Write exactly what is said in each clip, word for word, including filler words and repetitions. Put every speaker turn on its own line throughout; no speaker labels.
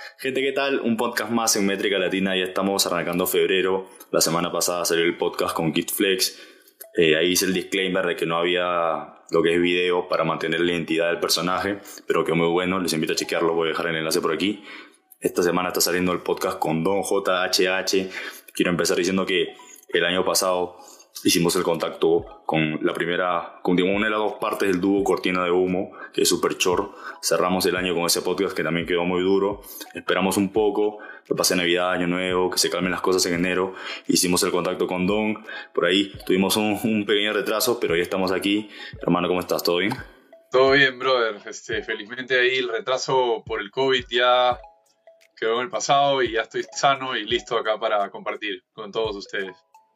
Gente, ¿qué tal? Un podcast más en Métrica Latina. Ya estamos arrancando febrero. La semana pasada salió el podcast con Kid Flex. Eh, ahí hice el disclaimer de que no había lo que es video para mantener la identidad del personaje, pero que muy bueno. Les invito a chequearlo. Voy a dejar el enlace por aquí. Esta semana está saliendo el podcast con Don J H H. Quiero empezar diciendo que el año pasado hicimos el contacto con la primera, con una de las dos partes del dúo Cortina de Humo, que es Super Short. Cerramos el año con ese podcast que también quedó muy duro. Esperamos un poco, que pase Navidad, Año Nuevo, que se calmen las cosas en enero. Hicimos el contacto con Don. Por ahí tuvimos un, un pequeño retraso, pero ya estamos aquí. Hermano, ¿cómo estás? ¿Todo bien?
Todo bien, brother. Este, felizmente ahí el retraso por el COVID ya quedó en el pasado y ya estoy sano y listo acá para compartir con todos ustedes.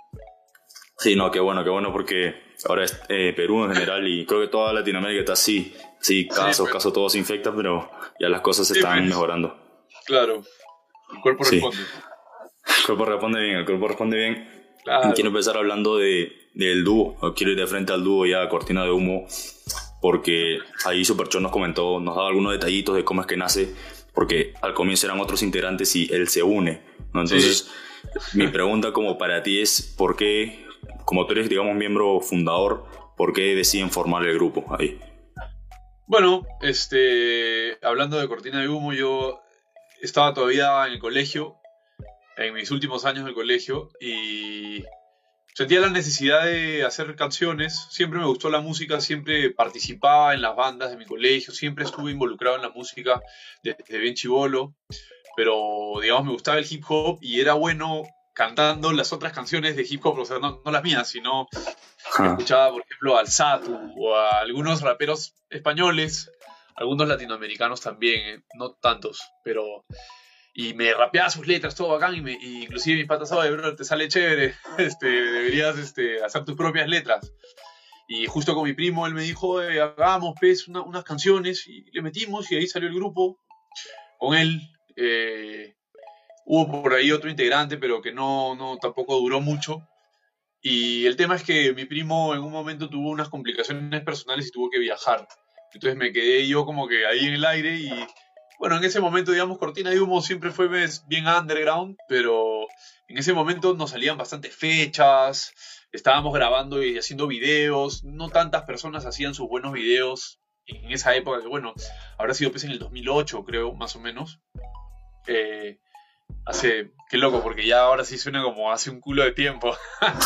Sí, no, qué bueno, qué bueno, porque ahora es eh, Perú en general y creo que toda Latinoamérica está así. Sí, casos, sí, pues. casos todos se infectan, pero ya las cosas se sí, están pues. mejorando.
Claro, el cuerpo sí. responde.
El cuerpo responde bien, el cuerpo responde bien.
Claro.
Quiero empezar hablando de, del dúo, quiero ir de frente al dúo ya, Cortina de Humo, porque ahí Superchón nos comentó, nos daba algunos detallitos de cómo es que nace, porque al comienzo eran otros integrantes y él se une, ¿no? Entonces, sí. Mi pregunta como para ti es, ¿por qué, como tú eres, digamos, miembro fundador, por qué deciden formar el grupo ahí?
Bueno, este, hablando de Cortina de Humo, yo estaba todavía en el colegio, en mis últimos años del colegio, y sentía la necesidad de hacer canciones. Siempre me gustó la música, siempre participaba en las bandas de mi colegio, siempre estuve involucrado en la música desde bien chibolo, pero digamos me gustaba el hip hop y era bueno cantando las otras canciones de hip hop, o sea, no, no las mías, sino que escuchaba, por ejemplo, al Satu o a algunos raperos españoles, algunos latinoamericanos también, eh, no tantos, pero... Y me rapeaba sus letras, todo bacán, y, me, y inclusive mis patas, oye, bro, te sale chévere, este, deberías este, hacer tus propias letras. Y justo con mi primo, él me dijo, eh, hagamos, pues, una, unas canciones, y le metimos, y ahí salió el grupo con él. Eh, hubo por ahí otro integrante, pero que no, no tampoco duró mucho. Y el tema es que mi primo en un momento tuvo unas complicaciones personales y tuvo que viajar. Entonces me quedé yo como que ahí en el aire y... Bueno, en ese momento, digamos, Cortina de Humo siempre fue bien underground, pero en ese momento nos salían bastantes fechas, estábamos grabando y haciendo videos, no tantas personas hacían sus buenos videos en esa época, que bueno, habrá sido pues en el dos mil ocho, creo, más o menos. Eh, hace, qué loco, porque ya ahora sí suena como hace un culo de tiempo.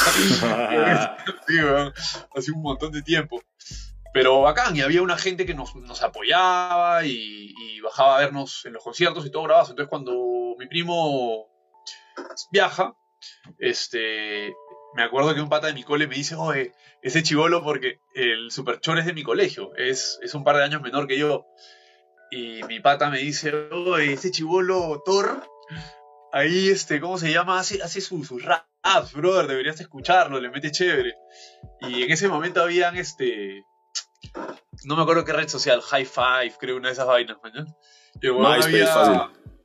Sí, bueno, hace un montón de tiempo. Pero bacán, y había una gente que nos, nos apoyaba y, y bajaba a vernos en los conciertos y todo grabado. Entonces cuando mi primo viaja, este, me acuerdo que un pata de mi cole me dice, oye, ese chibolo, porque el Superchor es de mi colegio, es, es un par de años menor que yo. Y mi pata me dice, oye, ese chibolo Thor, ahí, este, ¿cómo se llama? Hace, hace sus, sus raps, brother, deberías escucharlo, le mete chévere. Y en ese momento habían, este... No me acuerdo qué red social, High Five, creo, una de esas vainas, ¿no?
MySpace, había... fácil.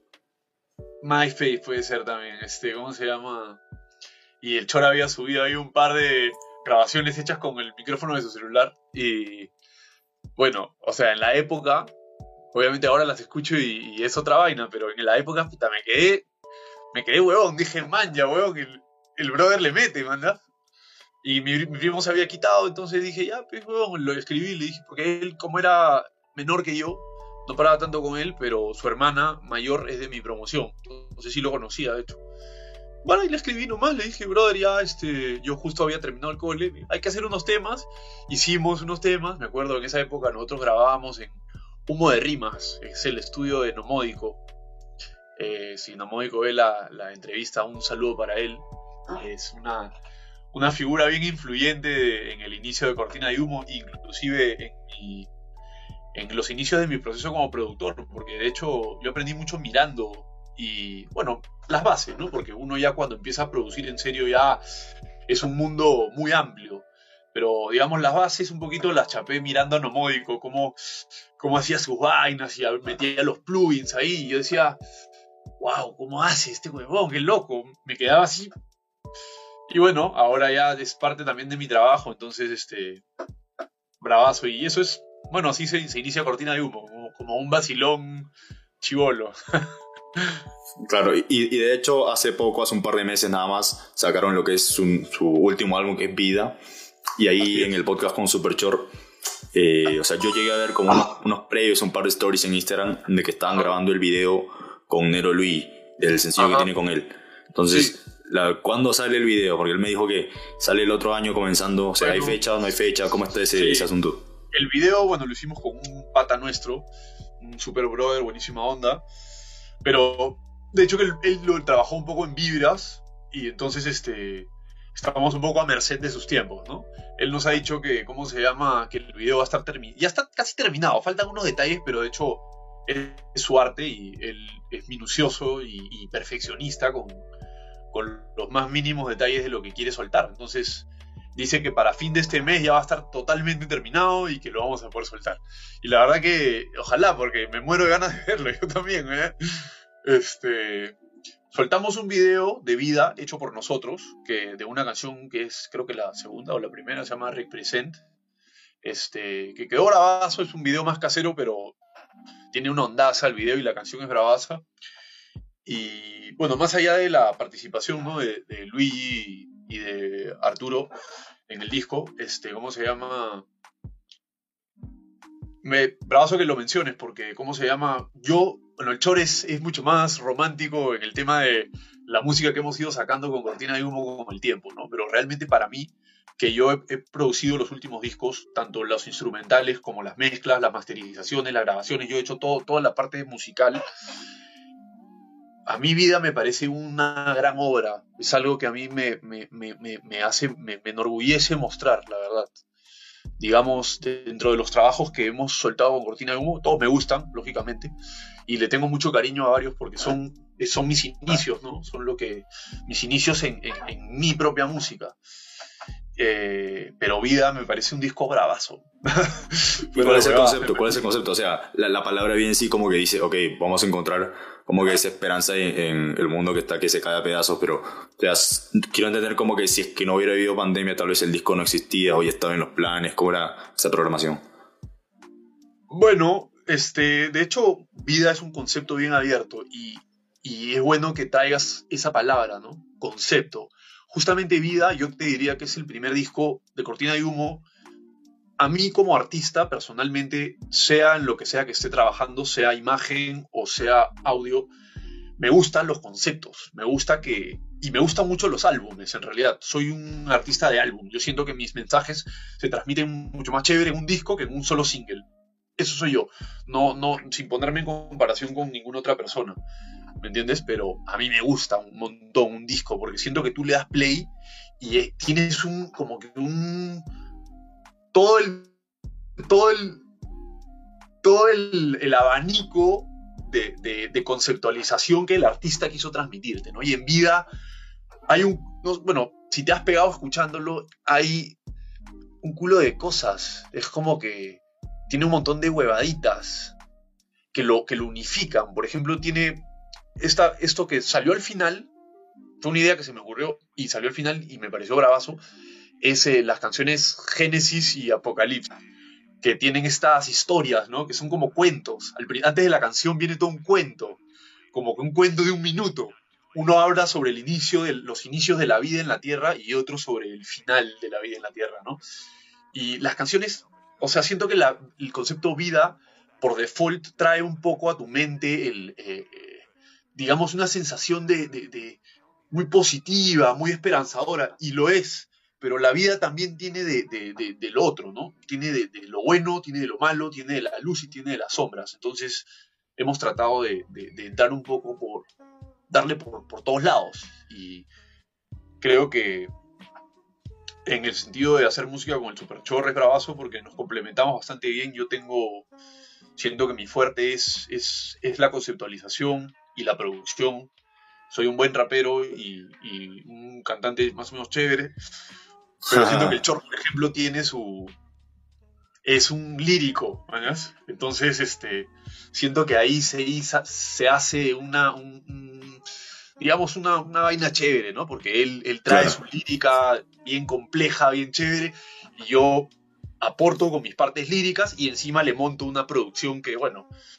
MySpace puede ser también, este, ¿cómo se llama? Y el Chor había subido ahí un par de grabaciones hechas con el micrófono de su celular. Y bueno, o sea, en la época, obviamente ahora las escucho y, y es otra vaina, pero en la época, puta, me quedé, me quedé huevón, dije, man, ya huevón, el, el brother le mete, manda. Y mi, mi primo se había quitado, entonces dije, ya, pues, huevón, lo escribí, le dije, porque él, como era menor que yo, no paraba tanto con él, pero su hermana mayor es de mi promoción, entonces sí lo conocía, de hecho. Bueno, y le escribí nomás, le dije, brother, ya, este, yo justo había terminado el cole, hay que hacer unos temas, hicimos unos temas, me acuerdo, en esa época nosotros grabábamos en Humo de Rimas, es el estudio de Nomódico. Eh, si Nomódico ve la, la entrevista, un saludo para él, es una... una figura bien influyente de, en el inicio de Cortina de Humo, inclusive en, mi, en los inicios de mi proceso como productor, porque de hecho yo aprendí mucho mirando y, bueno, las bases, ¿no? Porque uno ya cuando empieza a producir en serio ya es un mundo muy amplio, pero digamos las bases un poquito las chapé mirando a Nomódico, cómo, cómo hacía sus vainas y metía los plugins ahí, y yo decía, wow, ¿cómo hace este huevón? Qué loco, me quedaba así. Y bueno, ahora ya es parte también de mi trabajo, entonces, este, bravazo. Y eso es, bueno, así se, se inicia Cortina de Humo, como, como un vacilón chibolo.
Claro, y, y de hecho hace poco, hace un par de meses nada más, sacaron lo que es su, su último álbum, que es Vida, y ahí en el podcast con Superchor, eh, o sea, yo llegué a ver como unos, unos previos, un par de stories en Instagram de que estaban grabando el video con Nero Luis, del sencillo Ajá. que tiene con él. Entonces, sí. la, ¿cuándo sale el video? Porque él me dijo que sale el otro año comenzando, o sea, bueno, ¿hay fecha o no hay fecha? ¿Cómo está ese, sí. ese asunto?
El video, bueno, lo hicimos con un pata nuestro, un super brother, buenísima onda, pero de hecho que él, él lo trabajó un poco en vibras y entonces este estábamos un poco a merced de sus tiempos, ¿no? Él nos ha dicho que, ¿cómo se llama? Que el video va a estar terminado. Ya está casi terminado, faltan unos detalles, pero de hecho él es su arte y él es minucioso y, y perfeccionista con, con los más mínimos detalles de lo que quiere soltar. Entonces dice que para fin de este mes ya va a estar totalmente terminado y que lo vamos a poder soltar. Y la verdad que, ojalá, porque me muero de ganas de verlo, yo también, ¿eh? Este... Soltamos un video de Vida hecho por nosotros, que de una canción que es, creo que la segunda o la primera, se llama Represent, este, que quedó bravazo, es un video más casero, pero tiene una ondaza el video y la canción es bravaza. Y bueno, más allá de la participación, ¿no? de, de Luigi y de Arturo en el disco, este, ¿cómo se llama? Me bravazo que lo menciones, porque ¿cómo se llama? Yo... Bueno, el Chor es, es mucho más romántico en el tema de la música que hemos ido sacando con Cortina de Humo con el tiempo, ¿no? Pero realmente para mí, que yo he, he producido los últimos discos, tanto los instrumentales como las mezclas, las masterizaciones, las grabaciones, yo he hecho todo, toda la parte musical. A mi Vida me parece una gran obra, es algo que a mí me, me, me, me hace, me, me enorgullece mostrar, la verdad. Digamos, dentro de los trabajos que hemos soltado con Cortina de Humo, todos me gustan, lógicamente, y le tengo mucho cariño a varios porque son, son mis inicios, ¿no? Son lo que, mis inicios en, en, en mi propia música. Eh, pero Vida me parece un disco bravazo.
¿Cuál es el concepto? ¿Cuál es el concepto? O sea, la, la palabra bien sí como que dice, ok, vamos a encontrar como que esa esperanza en, en el mundo que está que se cae a pedazos, pero o sea, quiero entender como que si es que no hubiera habido pandemia, tal vez el disco no existía, hoy estaba en los planes, ¿cómo era esa programación?
Bueno, este, de hecho, Vida es un concepto bien abierto y, y es bueno que traigas esa palabra, ¿no? Concepto. Justamente Vida, yo te diría que es el primer disco de Cortina de Humo. A mí como artista, personalmente, sea en lo que sea que esté trabajando, sea imagen o sea audio, me gustan los conceptos, me gusta que... Y me gustan mucho los álbumes, en realidad. Soy un artista de álbum. Yo siento que mis mensajes se transmiten mucho más chévere en un disco que en un solo single. Eso soy yo. No, no, sin ponerme en comparación con ninguna otra persona. ¿Me entiendes? Pero a mí me gusta un montón un disco, porque siento que tú le das play y tienes un... como que un... todo el todo el todo el, el abanico de, de, de conceptualización que el artista quiso transmitirte, ¿no? Y en Vida hay un... No, bueno, si te has pegado escuchándolo, hay un culo de cosas. Es como que tiene un montón de huevaditas que lo, que lo unifican. Por ejemplo, tiene esta, esto que salió al final, fue una idea que se me ocurrió y salió al final y me pareció bravazo, es eh, las canciones Génesis y Apocalipsis, que tienen estas historias, ¿no? Que son como cuentos. Al, antes de la canción viene todo un cuento, como que un cuento de un minuto. Uno habla sobre el inicio de, los inicios de la vida en la Tierra y otro sobre el final de la vida en la Tierra, ¿no? Y las canciones, o sea, siento que la, el concepto vida, por default, trae un poco a tu mente, el, eh, digamos, una sensación de, de, de muy positiva, muy esperanzadora, y lo es. Pero la vida también tiene de, de, de, de lo otro, ¿no? Tiene de, de lo bueno, tiene de lo malo, tiene de la luz y tiene de las sombras. Entonces hemos tratado de, de, de entrar un poco por... darle por, por todos lados. Y creo que en el sentido de hacer música con el Superchor es bravazo porque nos complementamos bastante bien. Yo tengo... siento que mi fuerte es, es, es la conceptualización y la producción. Soy un buen rapero y, y un cantante más o menos chévere. Pero siento que el Chor, por ejemplo, tiene su... es un lírico, ¿verdad? Entonces, este, siento que ahí se, se hace una, un, un, digamos, una, una vaina chévere, ¿no? Porque él, él trae claro. su lírica bien compleja, bien chévere, y yo aporto con mis partes líricas y encima le monto una producción que, bueno,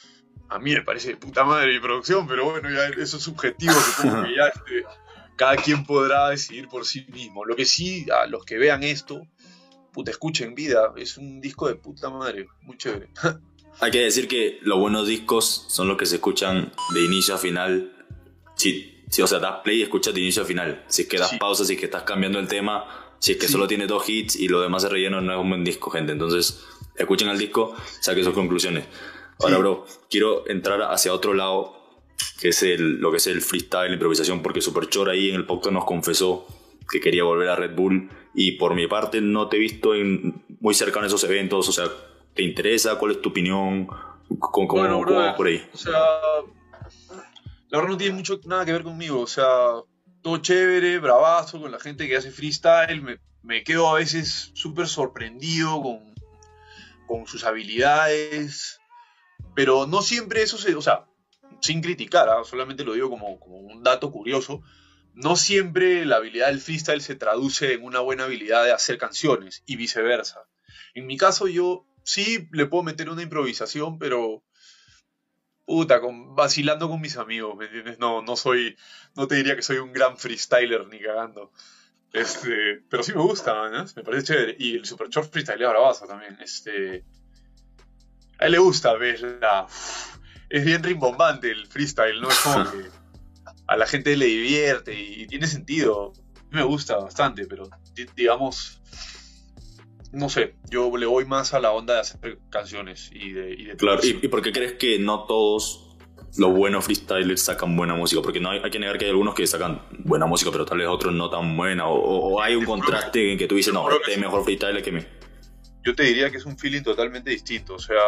a mí me parece de puta madre mi producción, pero bueno, ya eso es subjetivo, supongo que ya este, cada quien podrá decidir por sí mismo. Lo que sí, a los que vean esto, puta, escuchen Vida, es un disco de puta madre, muy chévere.
Hay que decir que los buenos discos son los que se escuchan de inicio a final. Sí, sí, o sea, das play y escuchas de inicio a final. Si es que das
Sí.
pausa, si es que estás cambiando el tema, si es que
Sí.
solo tiene dos hits y lo demás es relleno, no es un buen disco, gente. Entonces, escuchen el disco, saquen sus conclusiones. Ahora,
Sí.
bro, quiero entrar hacia otro lado, que es el, lo que es el freestyle, la improvisación, porque Superchor ahí en el podcast nos confesó que quería volver a Red Bull, y por mi parte no te he visto en, muy cercano a esos eventos. O sea, ¿te interesa? ¿Cuál es tu opinión? ¿Cómo, cómo,
Bueno,
cómo
brother,
va por ahí?
o sea, la verdad no tiene mucho nada que ver conmigo, o sea, todo chévere, bravazo con la gente que hace freestyle, me, me quedo a veces súper sorprendido con, con sus habilidades, pero no siempre eso se, o sea, sin criticar, ¿ah? Solamente lo digo como, como un dato curioso, no siempre la habilidad del freestyle se traduce en una buena habilidad de hacer canciones y viceversa. En mi caso yo sí le puedo meter una improvisación, pero puta, con, vacilando con mis amigos, ¿me entiendes? No, no soy, no te diría que soy un gran freestyler ni cagando. Este, pero sí me gusta, ¿no? Me parece chévere. Y el Super Short freestylea bravazo también. Este, a él le gusta, ¿ves? La, es bien rimbombante el freestyle, ¿no? Es como que a la gente le divierte y tiene sentido. A mí me gusta bastante, pero di- digamos, no sé, yo le voy más a la onda de hacer canciones y de, y de
Claro, ¿y,
producción.
y por qué crees que no todos los buenos freestylers sacan buena música? Porque no hay, hay que negar que hay algunos que sacan buena música, pero tal vez otros no tan buena. O, o- o hay un contraste en que tú dices, no,
Seguro que
este es
sí.
mejor freestyler que mí.
Yo te diría que es un feeling totalmente distinto. O sea,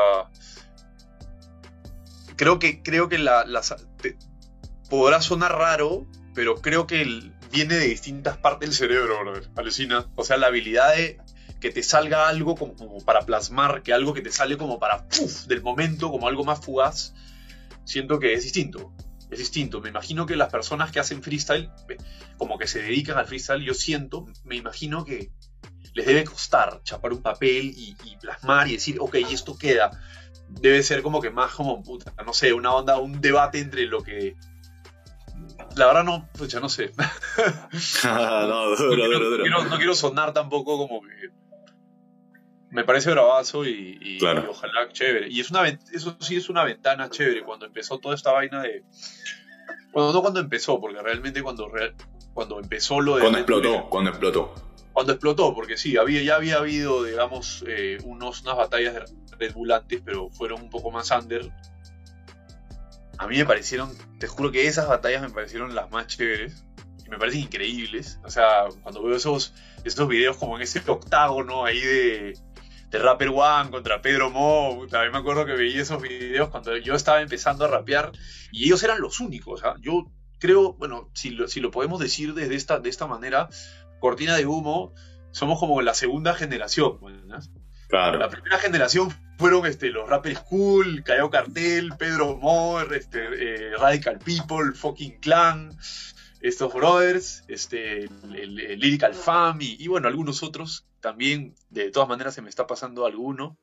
creo que, creo que la, la- te- podrá sonar raro, pero creo que el- viene de distintas partes del cerebro, brother. Alucina. O sea, la habilidad de que te salga algo como, como para plasmar, que algo que te sale como para ¡puf! Del momento, como algo más fugaz, siento que es distinto. Es distinto. Me imagino que las personas que hacen freestyle, eh, como que se dedican al freestyle, yo siento, me imagino que les debe costar chapar un papel y, y plasmar y decir, ok, esto queda. Debe ser como que más como, puta, no sé, una onda, un debate entre lo que... La verdad no, pucha, no sé.
no,
No
duro,
quiero,
duro,
no
duro.
quiero- no quiero sonar tampoco como que... Me parece bravazo y, y-
Claro.
y ojalá chévere. Y es una, ven- eso sí es una ventana chévere cuando empezó toda esta vaina de... Bueno, no cuando empezó, porque realmente cuando, real- cuando empezó lo de...
Cuando
Red Bull era-
explotó, cuando explotó.
Cuando explotó, porque sí, había, ya había habido, digamos, eh, unos, unas batallas de Red Bull antes, pero fueron un poco más under. A mí me parecieron, te juro que esas batallas me parecieron las más chéveres. Y me parecen increíbles. O sea, cuando veo esos, esos videos como en ese octágono ahí de, de Rapper One contra Pedro Mo. También me acuerdo que veía esos videos cuando yo estaba empezando a rapear. Y ellos eran los únicos. ¿Ah? Yo creo, bueno, si lo, si lo podemos decir desde esta, de esta manera... Cortina de Humo, somos como la segunda generación, ¿no?
Claro.
La primera generación fueron este, los Rappers Cool, Callao Cartel, Pedro Moore, este, eh, Radical People, Fucking Clan, estos brothers, este, el, el- el Lyrical Fam y, y bueno, algunos otros también. De todas maneras se me está pasando alguno.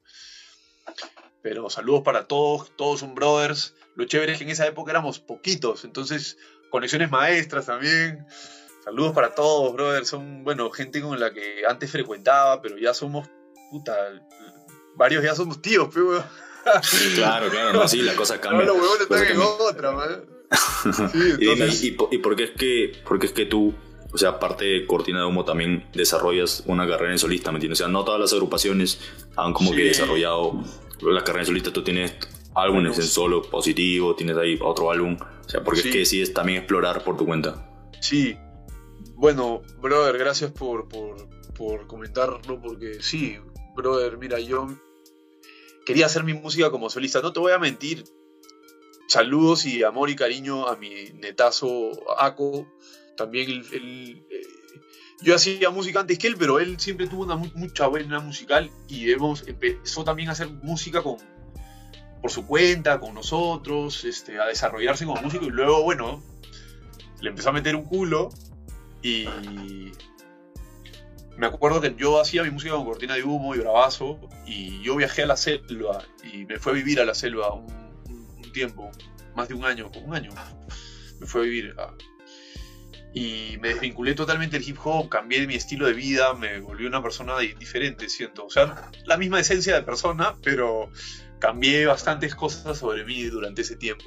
Pero saludos para todos, todos son brothers. Lo chévere es que en esa época éramos poquitos, entonces conexiones maestras también. Saludos para todos, brother. Son, bueno, gente con la que antes frecuentaba, pero ya somos, puta, varios ya somos tíos, pero...
Claro, claro, no, sí, la cosa
No,
cambia.
los huevones
Cosa
están en
cambia.
otra, man. Sí,
Y, dime,
entonces...
¿y, po- y por qué es que, por qué es que tú, o sea, aparte de Cortina de Humo, también desarrollas una carrera en solista, ¿me entiendes? O sea, no todas las agrupaciones han como
Sí.
que desarrollado la carrera en solista. Tú tienes álbumes
Bueno,
en solo, Positivo, tienes ahí otro álbum. O sea, porque
Sí.
es que decides también explorar por tu cuenta.
Sí. Bueno, brother, gracias por, por, por comentarlo, porque sí, brother, mira, yo quería hacer mi música como solista, no te voy a mentir. Saludos y amor y cariño a mi netazo Ako. También él, él, eh, yo hacía música antes que él, pero él siempre tuvo una mu- mucha buena musical y hemos, empezó también a hacer música con, por su cuenta, con nosotros, este, a desarrollarse como músico y luego, bueno, le empezó a meter un culo y me acuerdo que yo hacía mi música con Cortina de Humo y Bravazo y yo viajé a la selva y me fui a vivir a la selva un, un- un tiempo, más de un año, un año, me fui a vivir a, y me desvinculé totalmente del hip hop, cambié mi estilo de vida, me volví una persona diferente, siento. O sea, la misma esencia de persona, pero cambié bastantes cosas sobre mí durante ese tiempo.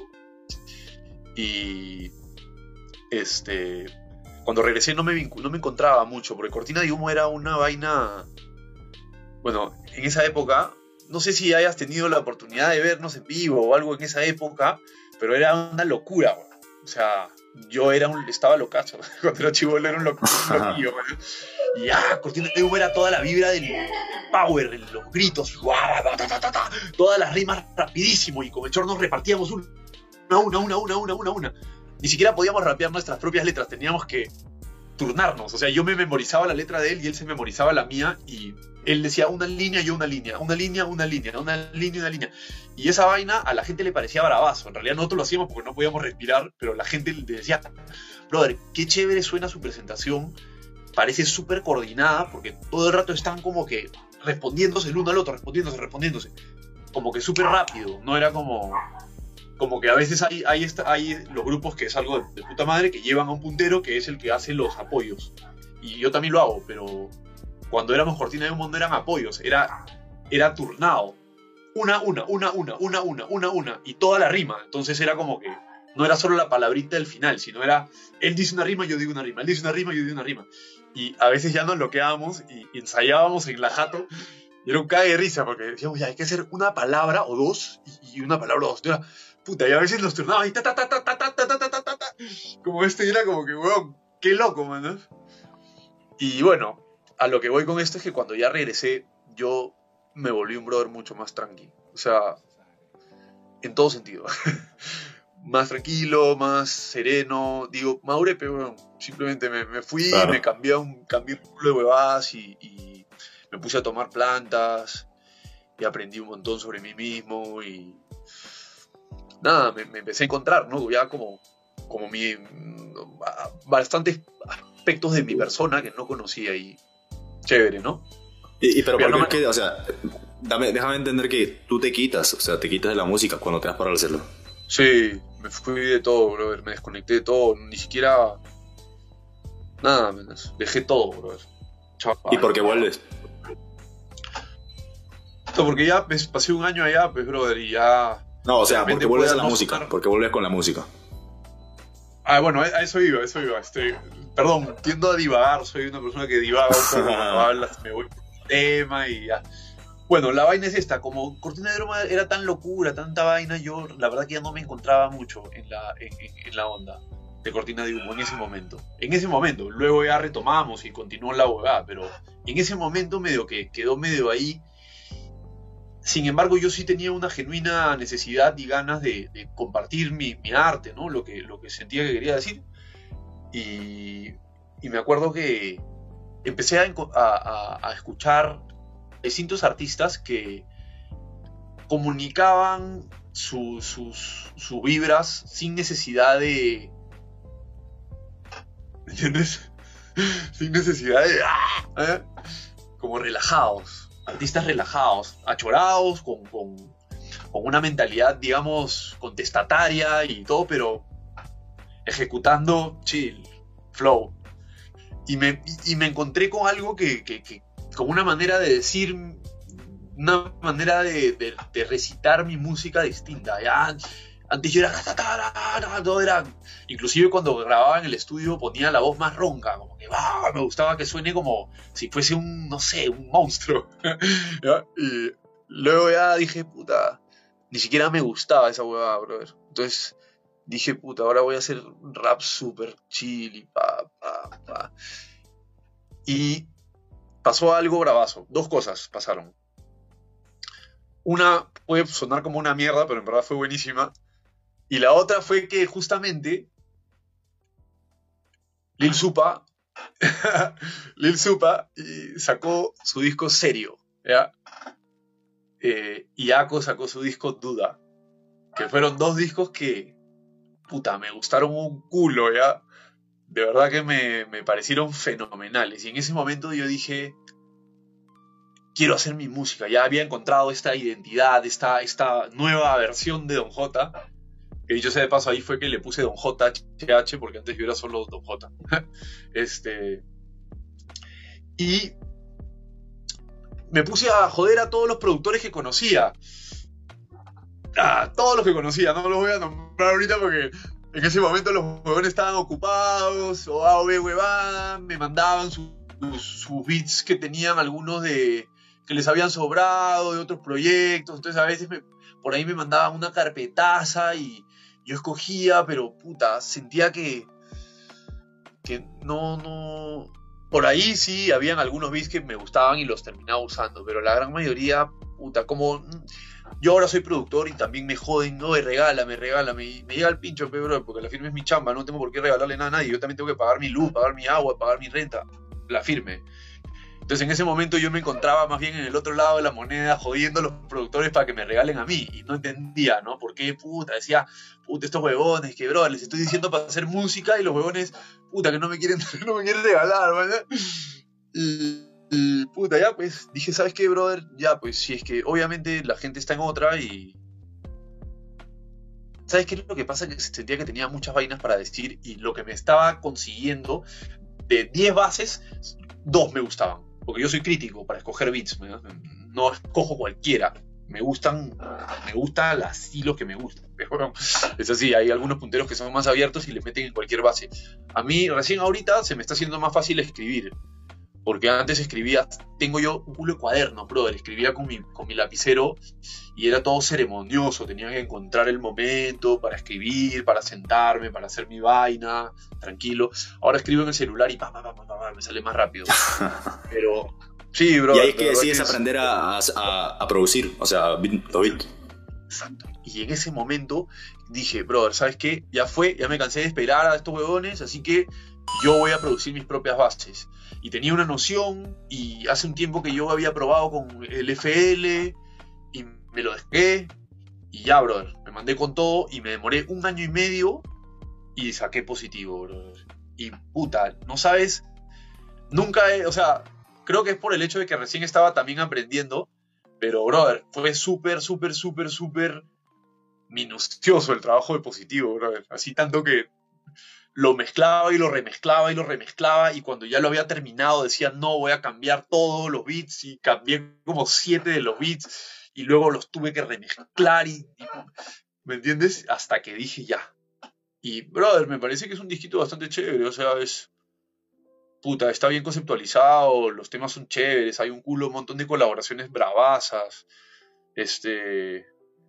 Y este, cuando regresé no me, vincu- no me encontraba mucho, porque Cortina de Humo era una vaina... Bueno, en esa época, no sé si hayas tenido la oportunidad de vernos en vivo o algo en esa época, pero era una locura, güey. O sea, yo era un, estaba locazo. Cuando era chibolo era un, lo, un loquillo, güey. Y ya, Cortina de Humo era toda la vibra del power, los gritos, guau, ta, ta, ta, ta, todas las rimas rapidísimo, y con el Chor nos repartíamos una, una, una, una, una, una, una. Ni siquiera podíamos rapear nuestras propias letras, teníamos que turnarnos. O sea, yo me memorizaba la letra de él y él se memorizaba la mía, y él decía una línea, yo una línea, una línea, una línea, una línea, una línea. Y esa vaina a la gente le parecía bravazo. En realidad nosotros lo hacíamos porque no podíamos respirar, pero la gente le decía, brother, qué chévere suena su presentación, parece súper coordinada, porque todo el rato están como que respondiéndose el uno al otro, respondiéndose, respondiéndose. Como que súper rápido, no era como... Como que a veces hay, hay, esta, hay los grupos que es algo de, de puta madre, que llevan a un puntero que es el que hace los apoyos. Y yo también lo hago, pero cuando éramos Cortina de Humo no eran apoyos, era, era turnado. Una, una, una, una, una, una, una, una, y toda la rima. Entonces era como que no era solo la palabrita del final, sino era, él dice una rima, yo digo una rima, él dice una rima, yo digo una rima. Y a veces ya nos bloqueábamos y, y ensayábamos en la jato, y era un cague de risa, porque decíamos, ya, hay que hacer una palabra o dos, y, y una palabra o dos. Y era, puta, y a veces nos turnaba y ta, ta, ta, ta, ta, ta, ta, ta, ta, ta, ta, como este, era como que, weón, qué loco, man, ¿no? Y bueno, a lo que voy con esto es que cuando ya regresé, yo me volví un brother mucho más tranqui. O sea, en todo sentido. Más tranquilo, más sereno. Digo, maduré, pero bueno, simplemente me, me fui, claro. me cambié un, cambié un culo de huevadas y, y me puse a tomar plantas y aprendí un montón sobre mí mismo y nada, me, me empecé a encontrar, ¿no? Ya como, como mi, bastantes aspectos de mi persona que no conocía y chévere, ¿no?
Y, y pero, pero ¿por no qué? Me... O sea, dame, déjame entender que tú te quitas, o sea, te quitas de la música cuando te das para hacerlo.
Sí, me fui de todo, brother, me desconecté de todo, ni siquiera... Nada, menos, dejé todo, brother.
Chapa, ¿y por qué vuelves?
Porque ya pues, pasé un año allá, pues, brother, y ya...
No, o sea, ¿por qué vuelves a la música? Sonar... ¿Por qué vuelves con la música?
Ah, bueno, a eso iba, a eso iba. Este, perdón, tiendo a divagar, soy una persona que divaga un poco cuando hablas, me voy por el tema y ya. Bueno, la vaina es esta, como Cortina de Humo era tan locura, tanta vaina, yo la verdad que ya no me encontraba mucho en la, en, en, en la onda de Cortina de Humo en ese momento. En ese momento, luego ya retomamos y continuó la huevada, pero en ese momento medio que quedó medio ahí. Sin embargo, yo sí tenía una genuina necesidad y ganas de, de compartir mi, mi arte, ¿no? Lo que, lo que sentía que quería decir. Y, y me acuerdo que empecé a, a, a escuchar distintos artistas que comunicaban sus su, su vibras sin necesidad de... ¿Entiendes? Sin necesidad de... ¿eh? Como relajados. Artistas relajados, achorados, con, con, con una mentalidad, digamos, contestataria y todo, pero ejecutando chill, flow. Y me, y me encontré con algo que, que, que, con una manera de decir, una manera de, de, de recitar mi música distinta. Ya, antes yo era, todo era, inclusive cuando grababa en el estudio ponía la voz más ronca, como que bah, me gustaba que suene como si fuese un, no sé, un monstruo. ¿Ya? Y luego ya dije, puta, ni siquiera me gustaba esa huevada, brother. Entonces dije, puta, ahora voy a hacer un rap súper chill y pa, pa, pa. Y pasó algo bravazo. Dos cosas pasaron. Una puede sonar como una mierda, pero en verdad fue buenísima. Y la otra fue que justamente Lil Supa, Lil Supa y sacó su disco Serio, ¿ya? Eh, y Ako sacó su disco Duda, que fueron dos discos que, puta, me gustaron un culo, ¿ya? De verdad que me, me parecieron fenomenales. Y en ese momento yo dije, quiero hacer mi música. Ya había encontrado esta identidad, esta, esta nueva versión de Don Jota. Que dicho sea de paso, ahí fue que le puse Don J H H, porque antes yo era solo Don J. este, y me puse a joder a todos los productores que conocía. Ah, todos los que conocía, no los voy a nombrar ahorita porque en ese momento los huevones estaban ocupados, o A o B huevada, me mandaban sus, sus beats que tenían algunos de que les habían sobrado de otros proyectos, entonces a veces me, por ahí me mandaban una carpetaza y yo escogía, pero puta, sentía que, que no, no... Por ahí sí, habían algunos beats que me gustaban y los terminaba usando, pero la gran mayoría, puta, como... Yo ahora soy productor y también me joden, no, regálame, regálame, y me llega el pincho, pe, bro, porque la firme es mi chamba, no tengo por qué regalarle nada a nadie, yo también tengo que pagar mi luz, pagar mi agua, pagar mi renta, la firme. Entonces en ese momento yo me encontraba más bien en el otro lado de la moneda jodiendo a los productores para que me regalen a mí, y no entendía, ¿no? ¿Por qué, puta? Decía, puta, estos huevones, que bro, les estoy diciendo para hacer música y los huevones, puta, que no me quieren, no me quieren regalar, ¿verdad? Y... Y puta, ya pues, dije, ¿sabes qué, brother? Ya pues, si es que obviamente la gente está en otra y... ¿Sabes qué es lo que pasa? Que sentía que tenía muchas vainas para decir y lo que me estaba consiguiendo, de diez bases, dos me gustaban. Porque yo soy crítico para escoger beats, ¿no? No escojo cualquiera. Me gustan, me gusta el estilo que me gusta. Es así, hay algunos punteros que son más abiertos y le meten en cualquier base. A mí, recién ahorita, se me está haciendo más fácil escribir. Porque antes escribía, tengo yo un culo de cuaderno, brother, escribía con mi, con mi lapicero y era todo ceremonioso, tenía que encontrar el momento para escribir, para sentarme, para hacer mi vaina, tranquilo. Ahora escribo en el celular y pa, pa, pa, pa, pa, me sale más rápido. Pero, sí, brother.
Y ahí es que decides es... aprender a, a, a producir, o sea, los beats.
Exacto. Y en ese momento dije, brother, ¿sabes qué? Ya fue, ya me cansé de esperar a estos huevones, así que yo voy a producir mis propias bases. Y tenía una noción, y hace un tiempo que yo había probado con el F L, y me lo dejé, y ya, brother, me mandé con todo, y me demoré un año y medio, y saqué positivo, brother. Y puta, no sabes, nunca he, o sea, creo que es por el hecho de que recién estaba también aprendiendo, pero, brother, fue súper, súper, súper, súper minucioso el trabajo de positivo, brother. Así tanto que lo mezclaba y lo remezclaba y lo remezclaba y cuando ya lo había terminado decía, no, voy a cambiar todos los beats y cambié como siete de los beats y luego los tuve que remezclar y, y ¿me entiendes? Hasta que dije ya. Y, brother, me parece que es un disquito bastante chévere, o sea, es... Puta, está bien conceptualizado, los temas son chéveres, hay un culo, un montón de colaboraciones bravasas, este...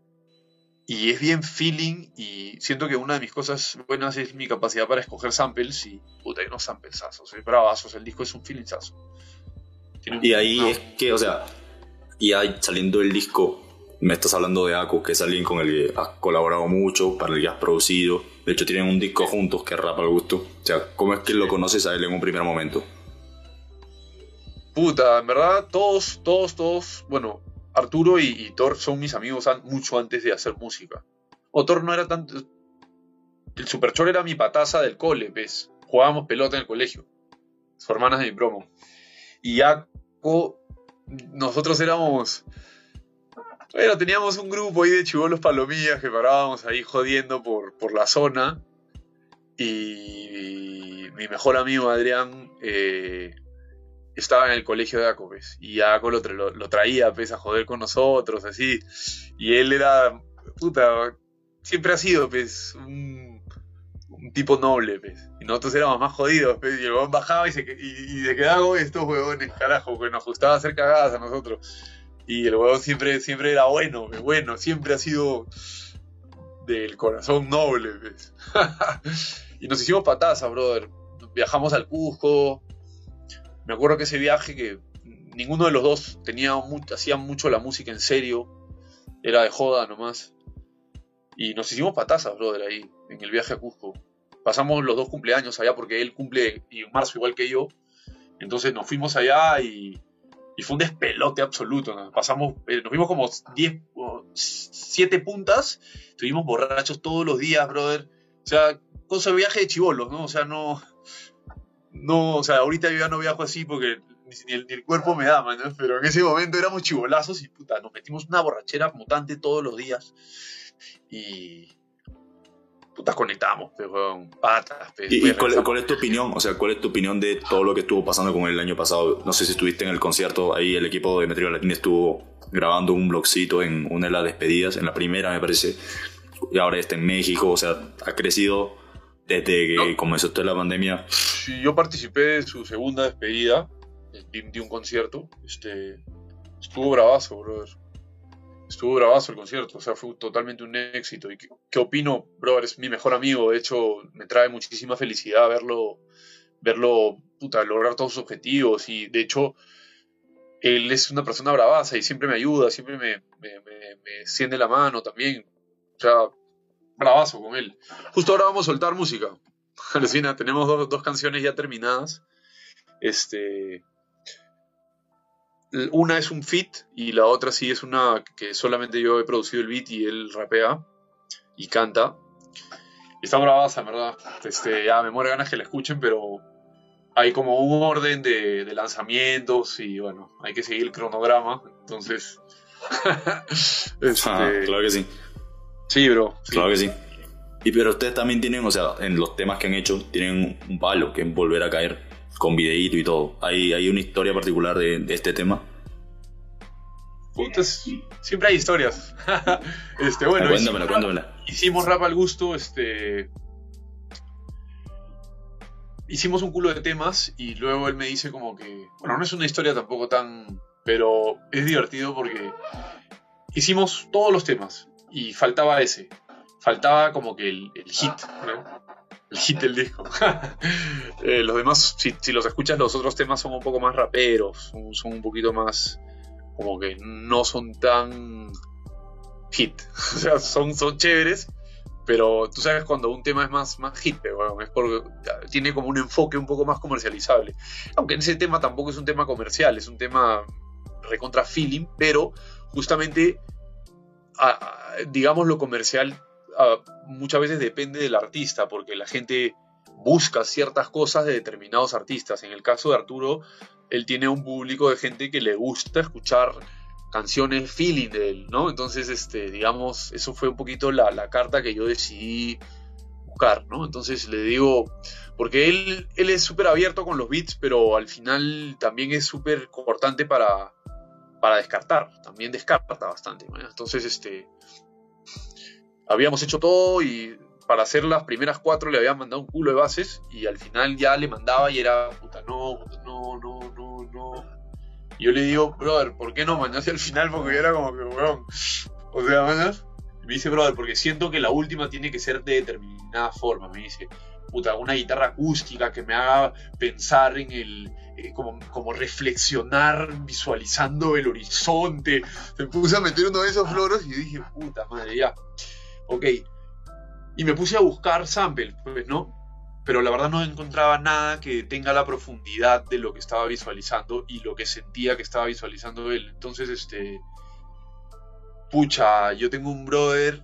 Y es bien feeling y siento que una de mis cosas buenas es mi capacidad para escoger samples y puta, hay unos samplesazos, es bravazos, el disco es un feelingsazo.
Un, y ahí no. Es que, o sea, y ahí saliendo del disco, me estás hablando de Ako, que es alguien con el que has colaborado mucho, para el que has producido, de hecho tienen un disco juntos que es Rap al Gusto, o sea, ¿cómo es que lo conoces a él en un primer momento?
Puta, en verdad, todos, todos, todos, bueno... Arturo y, y Thor son mis amigos an- mucho antes de hacer música. O Thor no era tanto... El Superchor era mi pataza del cole, ¿ves? Jugábamos pelota en el colegio. Sus hermanas de mi promo. Y Ako... Nosotros éramos... Bueno, teníamos un grupo ahí de chibolos palomillas que parábamos ahí jodiendo por, por la zona. Y, y mi mejor amigo Adrián... Eh, estaba en el colegio de Ako, pues, y Ako lo, tra- lo, lo traía, pues, a joder con nosotros, así, y él era, puta, siempre ha sido, pues, un, un tipo noble, pues, y nosotros éramos más jodidos, pues, y el huevón bajaba y se, y, y se quedaba con estos huevones, carajo, que nos gustaba hacer cagadas a nosotros, y el huevón siempre, siempre era bueno, pues, bueno, siempre ha sido del corazón noble, pues. Y nos hicimos pataza, brother, viajamos al Cusco. Me acuerdo que ese viaje que ninguno de los dos tenía mucho, hacía mucho la música en serio, era de joda nomás. Y nos hicimos patazas, brother, ahí, en el viaje a Cusco. Pasamos los dos cumpleaños allá porque él cumple en marzo igual que yo. Entonces nos fuimos allá y, y fue un despelote absoluto. Nos pasamos, eh, nos vimos como diez, siete puntas, estuvimos borrachos todos los días, brother. O sea, cosa de viaje de chibolos, ¿no? O sea, no... No, o sea, ahorita yo ya no viajo así porque ni el, ni el cuerpo me da, man, ¿no? Pero en ese momento éramos chibolazos y puta, nos metimos una borrachera mutante todos los días. Y, puta, conectamos, pues, weón, patas, pues,
¿Y,
pues,
y cuál, cuál es tu opinión? O sea, ¿cuál es tu opinión de todo lo que estuvo pasando con él el año pasado? No sé si estuviste en el concierto, ahí el equipo de Métrica Latina estuvo grabando un vlogcito en una de las despedidas, en la primera me parece, y ahora está en México, o sea, ha crecido desde que
¿No?
comenzó toda la pandemia.
Sí, yo participé de su segunda despedida, di, di un concierto, este, estuvo bravazo, brother. Estuvo bravazo el concierto, o sea, fue totalmente un éxito. ¿Y qué, qué opino, brother? Es mi mejor amigo, de hecho, me trae muchísima felicidad verlo, verlo, puta, lograr todos sus objetivos. Y de hecho, él es una persona bravaza y siempre me ayuda, siempre me, me, me, me extiende la mano también. O sea, bravazo con él. Justo ahora vamos a soltar música. Alucina, tenemos dos, dos canciones ya terminadas. Este... Una es un feat y la otra sí es una que solamente yo he producido el beat y él rapea y canta. Y está bravaza, en verdad. Este, ya me muero ganas que la escuchen, pero hay como un orden de, de lanzamientos y bueno, hay que seguir el cronograma. Entonces, este,
Ah, claro que sí.
Sí, bro. Sí.
Claro que sí. Y pero ustedes también tienen, o sea, en los temas que han hecho, tienen un palo que es volver a caer con videíto y todo. ¿Hay, hay una historia particular de, de este tema?
Putas, siempre hay historias. este, bueno,
ah, cuéntamela,
hicimos,
cuéntamela.
Hicimos rap al gusto, este... Hicimos un culo de temas y luego él me dice como que... Bueno, no es una historia tampoco tan... Pero es divertido porque hicimos todos los temas y faltaba ese. Faltaba como que el, el hit, ¿no? El hit del disco. eh, los demás, si, si los escuchas, los otros temas son un poco más raperos, son, son un poquito más... Como que no son tan hit. O sea, son, son chéveres, pero tú sabes cuando un tema es más, más hit, bueno, es porque tiene como un enfoque un poco más comercializable. Aunque en ese tema tampoco es un tema comercial, es un tema recontra feeling, pero justamente, a, a, digamos, lo comercial a, muchas veces depende del artista, porque la gente busca ciertas cosas de determinados artistas. En el caso de Arturo, él tiene un público de gente que le gusta escuchar canciones feeling de él, ¿no? Entonces, este, digamos, eso fue un poquito la, la carta que yo decidí buscar, ¿no? Entonces le digo, porque él, él es súper abierto con los beats, pero al final también es súper cortante para, para descartar, también descarta bastante, ¿no? Entonces, este, habíamos hecho todo y para hacer las primeras cuatro le habían mandado un culo de bases y al final ya le mandaba y era, puta, no, puta, no, no, no, no. Y yo le digo, brother, ¿por qué no mandaste al final? Porque yo era como que, weón, o sea, mandas. Y me dice, brother, porque siento que la última tiene que ser de determinada forma. Me dice, puta, una guitarra acústica que me haga pensar en el, eh, como, como reflexionar, visualizando el horizonte. Me puse a meter uno de esos floros y dije, puta madre, ya, ok. Y me puse a buscar samples, pues, ¿no? Pero la verdad no encontraba nada que tenga la profundidad de lo que estaba visualizando y lo que sentía que estaba visualizando él. Entonces, este... Pucha, yo tengo un brother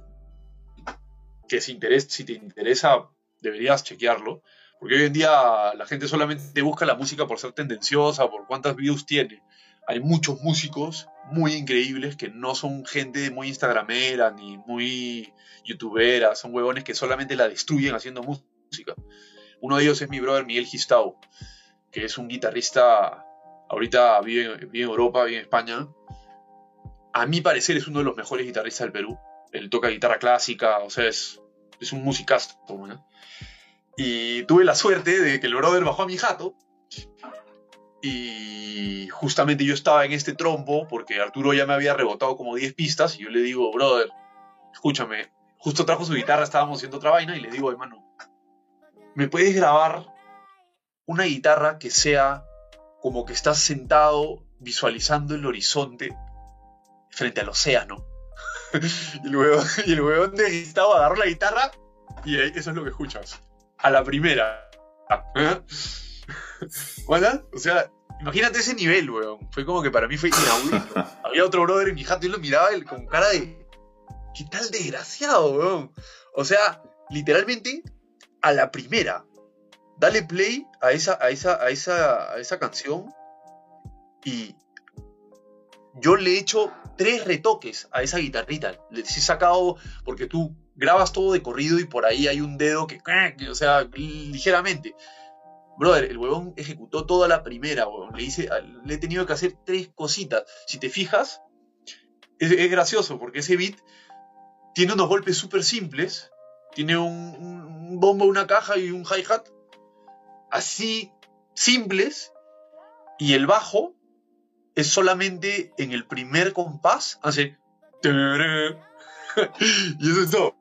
que si, interesa, si te interesa deberías chequearlo. Porque hoy en día la gente solamente busca la música por ser tendenciosa, por cuántas views tiene. Hay muchos músicos muy increíbles que no son gente muy instagramera ni muy youtubera, son huevones que solamente la destruyen haciendo música. Uno de ellos es mi brother Miguel Gistau, que es un guitarrista, ahorita vive, vive en Europa, vive en España. A mi parecer es uno de los mejores guitarristas del Perú. Él toca guitarra clásica, o sea, es, es un musicazo, ¿no? Y tuve la suerte de que el brother bajó a mi jato y justamente yo estaba en este trompo porque Arturo ya me había rebotado como diez pistas y yo le digo, brother, escúchame, justo trajo su guitarra, estábamos haciendo otra vaina y le digo, hermano, ¿me puedes grabar una guitarra que sea como que estás sentado visualizando el horizonte frente al océano? y, el huevón, y el huevón de Gustavo agarró la guitarra y eso es lo que escuchas. A la primera. ¿Eh? ¿Bueno? O sea, imagínate ese nivel, weón. Fue como que para mí fue inaudito. Había otro brother en mi jato y lo miraba él con cara de... ¿Qué tal desgraciado, weón? O sea, literalmente, a la primera. Dale play a esa, a esa, a esa, a esa canción y yo le he hecho tres retoques a esa guitarrita. Les he sacado, porque tú grabas todo de corrido y por ahí hay un dedo que, que o sea, ligeramente. Brother, el huevón ejecutó toda la primera, huevón. Le, hice, le he tenido que hacer tres cositas. Si te fijas, es, es gracioso porque ese beat tiene unos golpes súper simples. Tiene un, un bombo, una caja y un hi-hat. Así, simples. Y el bajo es solamente en el primer compás. Hace... y eso es todo.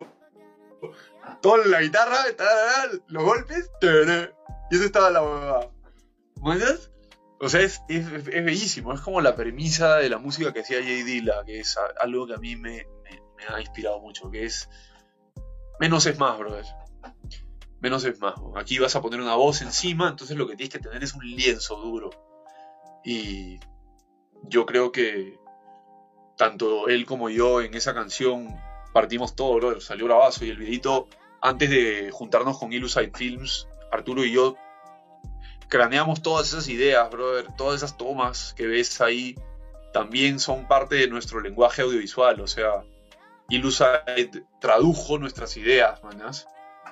Toda la guitarra, los golpes... Y eso estaba la huevada. ¿Muestras? O sea, es, es, es bellísimo. Es como la premisa de la música que hacía Jay Dilla, que es algo que a mí me, me, me ha inspirado mucho, que es menos es más, brother. Menos es más. Bro. Aquí vas a poner una voz encima, entonces lo que tienes que tener es un lienzo duro. Y yo creo que tanto él como yo en esa canción partimos todo, brother. Salió bravazo y el videito, antes de juntarnos con Illusive Films, Arturo y yo craneamos todas esas ideas, brother. Todas esas tomas que ves ahí también son parte de nuestro lenguaje audiovisual. O sea, Illusive tradujo nuestras ideas, manas.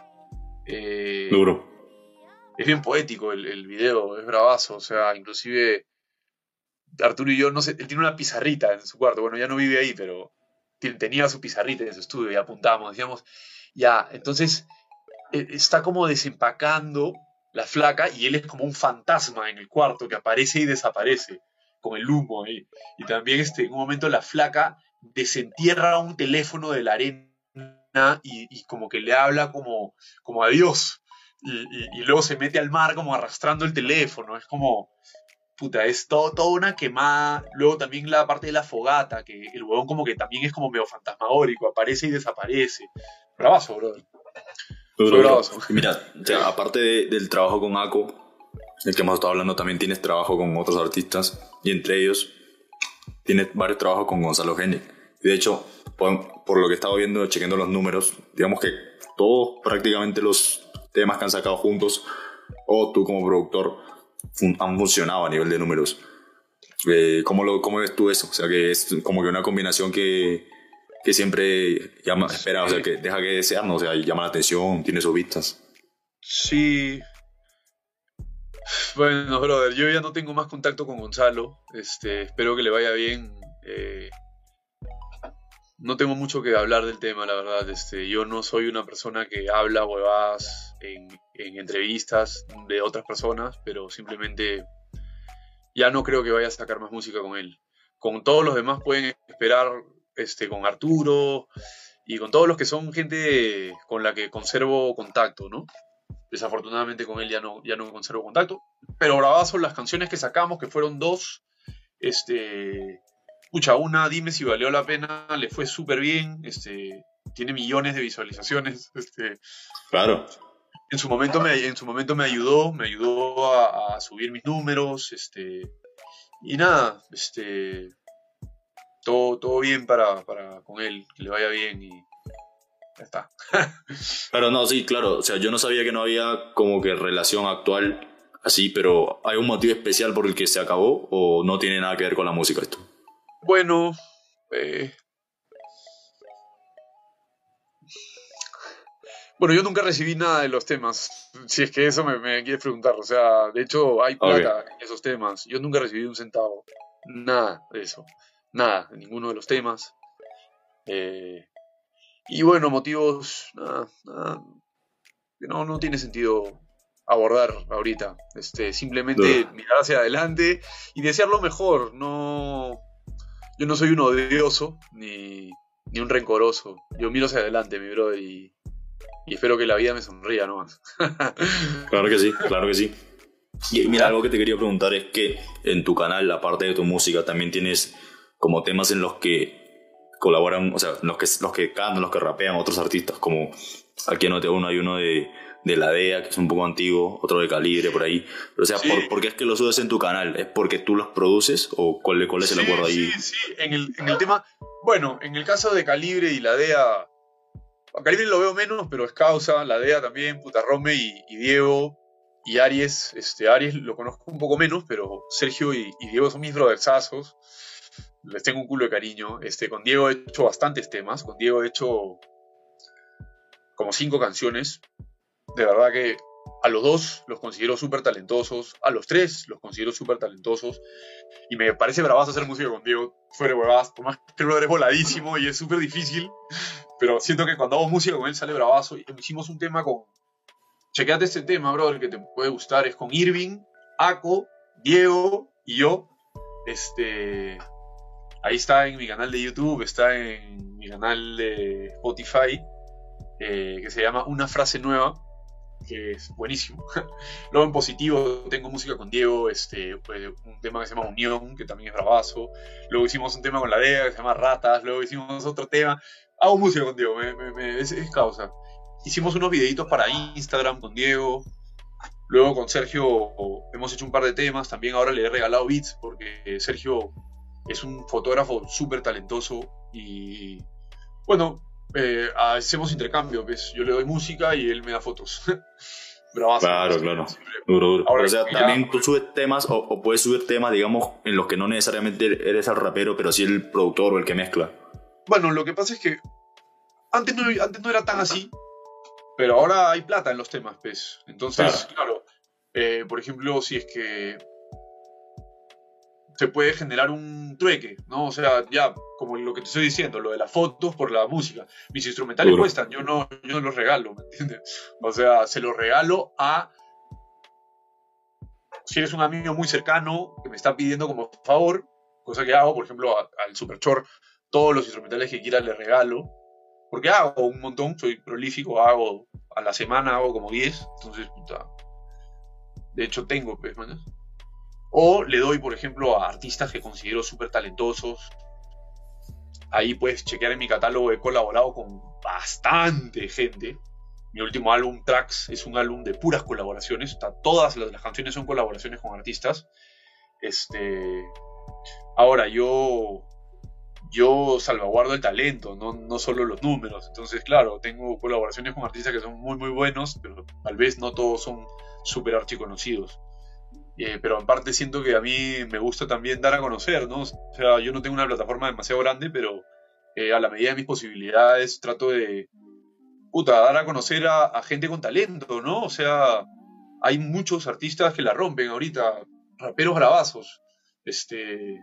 Eh,
Duro.
Es bien poético el, el video, es bravazo. O sea, inclusive Arturo y yo, no sé, él tiene una pizarrita en su cuarto. Bueno, ya no vive ahí, pero tenía su pizarrita en su estudio y apuntábamos, decíamos, ya, entonces está como desempacando la flaca y él es como un fantasma en el cuarto que aparece y desaparece con el humo ahí. Y también este, en un momento la flaca desentierra un teléfono de la arena y, y como que le habla como, como a Dios. Y, y, y luego se mete al mar como arrastrando el teléfono. Es como, puta, es todo, toda una quemada. Luego también la parte de la fogata, que el huevón como que también es como medio fantasmagórico, aparece y desaparece. Bravazo, brother.
Duro, bro. Mira, o sea, aparte de, del trabajo con Ako, del que hemos estado hablando, también tienes trabajo con otros artistas y entre ellos tienes varios trabajos con Gonzalo Gene. Y de hecho, por, por lo que he estado viendo, chequeando los números, digamos que todos prácticamente los temas que han sacado juntos o tú como productor fun- han funcionado a nivel de números. Eh, ¿cómo, lo, ¿Cómo ves tú eso? O sea, que es como que una combinación que... que siempre llama, espera, o sea, que deja que desear, ¿no? O sea, llama la atención, tiene sus vistas.
Sí. Bueno, brother, yo ya no tengo más contacto con Gonzalo. Este, espero que le vaya bien. Eh, no tengo mucho que hablar del tema, la verdad. Este, yo no soy una persona que habla huevadas en, en entrevistas de otras personas, pero simplemente ya no creo que vaya a sacar más música con él. Con todos los demás pueden esperar. Este, con Arturo y con todos los que son gente con la que conservo contacto, ¿no? Desafortunadamente con él ya no, ya no conservo contacto, pero bravazo las canciones que sacamos, que fueron dos, este, pucha, una, Dime si valió la pena, le fue súper bien, este, tiene millones de visualizaciones, este,
claro.
En su momento me, en su momento me ayudó, me ayudó a, a subir mis números, este, y nada, este... Todo, todo bien para, para con él, que le vaya bien y ya está.
Pero no, sí, claro, o sea, yo no sabía que no había como que relación actual así, pero ¿hay un motivo especial por el que se acabó o no tiene nada que ver con la música esto?
Bueno, eh... bueno, yo nunca recibí nada de los temas, si es que eso me, me quieres preguntar, o sea, de hecho hay plata okay. en esos temas, yo nunca recibí un centavo, nada de eso. Nada, de ninguno de los temas. Eh, y bueno, motivos, nada, nada, que no, no tiene sentido abordar ahorita. Este, simplemente no. Mirar hacia adelante y desear lo mejor. No, yo no soy un odioso ni, ni un rencoroso. Yo miro hacia adelante, mi brother, y, y espero que la vida me sonría nomás.
Claro que sí, claro que sí. Y mira, algo que te quería preguntar es que en tu canal, aparte de tu música, también tienes como temas en los que colaboran, o sea, los que, los que cantan, los que rapean otros artistas, como aquí en O T uno hay uno de, de La D E A, que es un poco antiguo, otro de Calibre, por ahí. Pero, o sea, sí. ¿por, ¿por qué es que los subes en tu canal? ¿Es porque tú los produces o cuál, cuál es el
sí,
acuerdo ahí?
Sí, sí, en el, en el tema, bueno, en el caso de Calibre y La D E A, a Calibre lo veo menos, pero es causa, La D E A también, Puta Rome y, y Diego y Aries, este, Aries lo conozco un poco menos, pero Sergio y, y Diego son mis brothersazos. Les tengo un culo de cariño. Este, con Diego he hecho bastantes temas. Con Diego he hecho como cinco canciones. De verdad que a los dos los considero súper talentosos, a los tres los considero súper talentosos, y me parece bravazo hacer música con Diego, fuera huevadas, por más que el brother es voladísimo y es súper difícil, pero siento que cuando hago música con él sale bravazo. Y hicimos un tema con, chequeate este tema, brother, que te puede gustar, es con Irving, Ako, Diego y yo. Este, ahí está en mi canal de YouTube, está en mi canal de Spotify, eh, que se llama Una Frase Nueva, que es buenísimo. Luego en positivo tengo música con Diego, este, pues, un tema que se llama Unión, que también es bravazo. Luego hicimos un tema con la D E A que se llama Ratas. Luego hicimos otro tema. Hago música con Diego, me, me, me, es, es causa. Hicimos unos videitos para Instagram con Diego. Luego con Sergio hemos hecho un par de temas. También ahora le he regalado beats porque Sergio es un fotógrafo súper talentoso. Y bueno, Eh, hacemos intercambio, ¿ves? Yo le doy música y él me da fotos. Bravazo.
Claro, claro. Duro, duro.
Ahora,
o sea,
ya,
también tú subes temas o, o puedes subir temas, digamos, en los que no necesariamente eres el rapero, pero sí el productor o el que mezcla.
Bueno, lo que pasa es que antes no, antes no era tan así, pero ahora hay plata en los temas, ¿ves? Entonces, claro, claro eh, por ejemplo, si es que se puede generar un trueque, ¿no? O sea, ya, como lo que te estoy diciendo, lo de las fotos por la música. Mis instrumentales
Duro.
cuestan, yo no, yo no los regalo, ¿me entiendes? O sea, se los regalo a... Si eres un amigo muy cercano que me está pidiendo como favor, cosa que hago, por ejemplo, a, al Superchor, todos los instrumentales que quiera le regalo, porque hago un montón, soy prolífico, hago a la semana, hago como diez, entonces, puta, de hecho tengo, pues, ¿no? O le doy, por ejemplo, a artistas que considero súper talentosos. Ahí puedes chequear en mi catálogo, he colaborado con bastante gente. Mi último álbum, Tracks, es un álbum de puras colaboraciones. O sea, todas las, las canciones son colaboraciones con artistas. Este, ahora, yo, yo salvaguardo el talento, no, no solo los números. Entonces, claro, tengo colaboraciones con artistas que son muy, muy buenos, pero tal vez no todos son súper archiconocidos. Eh, pero en parte siento que a mí me gusta también dar a conocer, ¿no? O sea, yo no tengo una plataforma demasiado grande, pero eh, a la medida de mis posibilidades trato de, puta, dar a conocer a, a gente con talento, ¿no? O sea, hay muchos artistas que la rompen ahorita, raperos bravazos, este,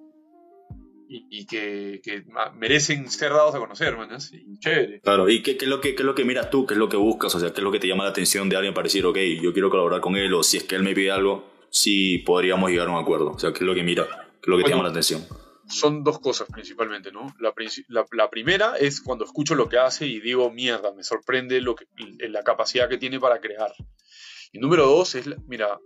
y, y que, que merecen ser dados a conocer, man, y chévere.
Claro, ¿y qué, qué, es lo que, qué es lo que miras tú? ¿Qué es lo que buscas? O sea, ¿qué es lo que te llama la atención de alguien para decir, ok, yo quiero colaborar con él, o si es que él me pide algo, sí podríamos llegar a un acuerdo? O sea, ¿qué es lo que mira? ¿Qué es lo que bueno, te llama la atención?
Son dos cosas principalmente, ¿no? La, la, la primera es cuando escucho lo que hace y digo, mierda, me sorprende lo que, la capacidad que tiene para crear. Y número dos es, mira,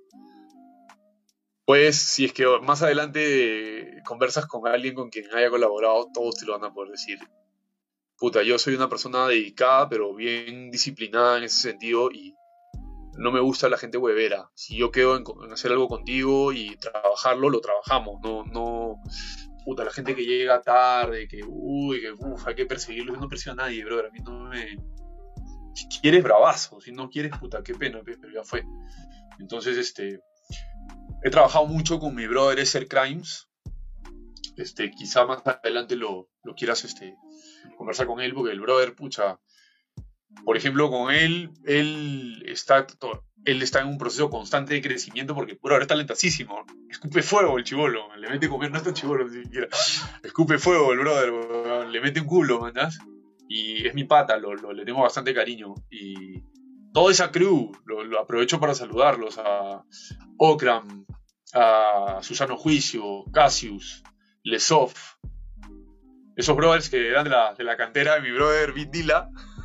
pues si es que más adelante conversas con alguien con quien haya colaborado, todos te lo van a poder decir. Puta, yo soy una persona dedicada, pero bien disciplinada en ese sentido y no me gusta la gente huevera. Si yo quedo en, en hacer algo contigo y trabajarlo, lo trabajamos. No, no, puta, la gente que llega tarde, que uy, que uf, hay que perseguirlo. Yo no persigo a nadie, brother. A mí no me... Si quieres, bravazo. Si no quieres, puta, qué pena, pero ya fue. Entonces, este... he trabajado mucho con mi brother Esser Crimes. Este, quizá más adelante lo, lo quieras este, conversar con él, porque el brother, pucha... Por ejemplo, con él, él está, él está en un proceso constante de crecimiento porque, brother, es talentasísimo. Escupe fuego el chibolo, le mete comer, no está chibolo ni siquiera. Escupe fuego el brother, le mete un culo, ¿mandás? Y es mi pata, lo, lo, le tengo bastante cariño. Y toda esa crew, lo, lo aprovecho para saludarlos a Okram, a Susano Juicio, Cassius, Lesov. Esos brothers que eran de la, de la cantera de mi brother Beat Dilla.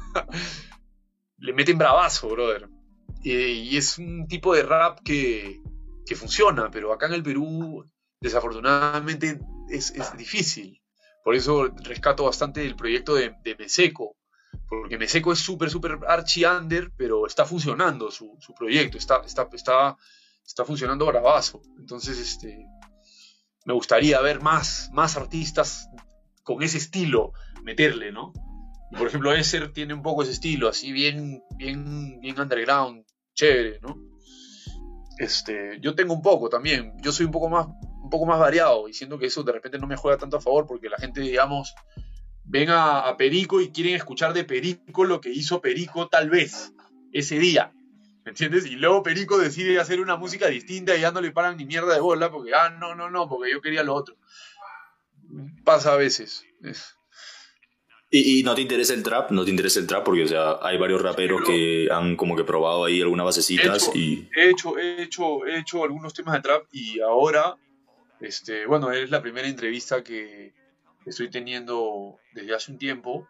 Le meten bravazo, brother. Eh, y es un tipo de rap que, que funciona, pero acá en el Perú, desafortunadamente, es, es difícil. Por eso rescato bastante el proyecto de, de Meseco. Porque Meseco es súper, súper archi-under, pero está funcionando su, su proyecto. Está, está, está, está funcionando bravazo. Entonces, este, me gustaría ver más, más artistas con ese estilo meterle, ¿no? Por ejemplo, Esser tiene un poco ese estilo, así bien, bien, bien underground, chévere, ¿no? Este, yo tengo un poco también, yo soy un poco más, un poco más variado, y siento que eso de repente no me juega tanto a favor, porque la gente, digamos, ven a, a Perico y quieren escuchar de Perico lo que hizo Perico tal vez ese día, ¿me entiendes? Y luego Perico decide hacer una música distinta y ya no le paran ni mierda de bola porque, ah, no, no, no, porque yo quería lo otro. Pasa a veces.
¿Y, y no te interesa el trap? ¿No te interesa el trap? Porque, o sea, hay varios raperos
Sí,
que han como que probado ahí algunas basecitas
he hecho,
y...
he hecho, he hecho, he hecho algunos temas de trap y ahora, este, bueno, es la primera entrevista que estoy teniendo desde hace un tiempo,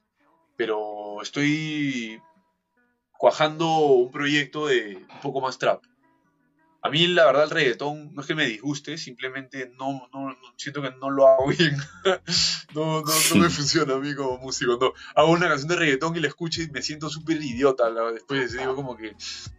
pero estoy cuajando un proyecto de un poco más trap. A mí, la verdad, el reggaetón no es que me disguste, simplemente no, no, no- siento que no lo hago bien. No, no, no me funciona a mí como músico. No. Hago una canción de reggaetón y la escucho y me siento súper idiota. la- Después digo como que,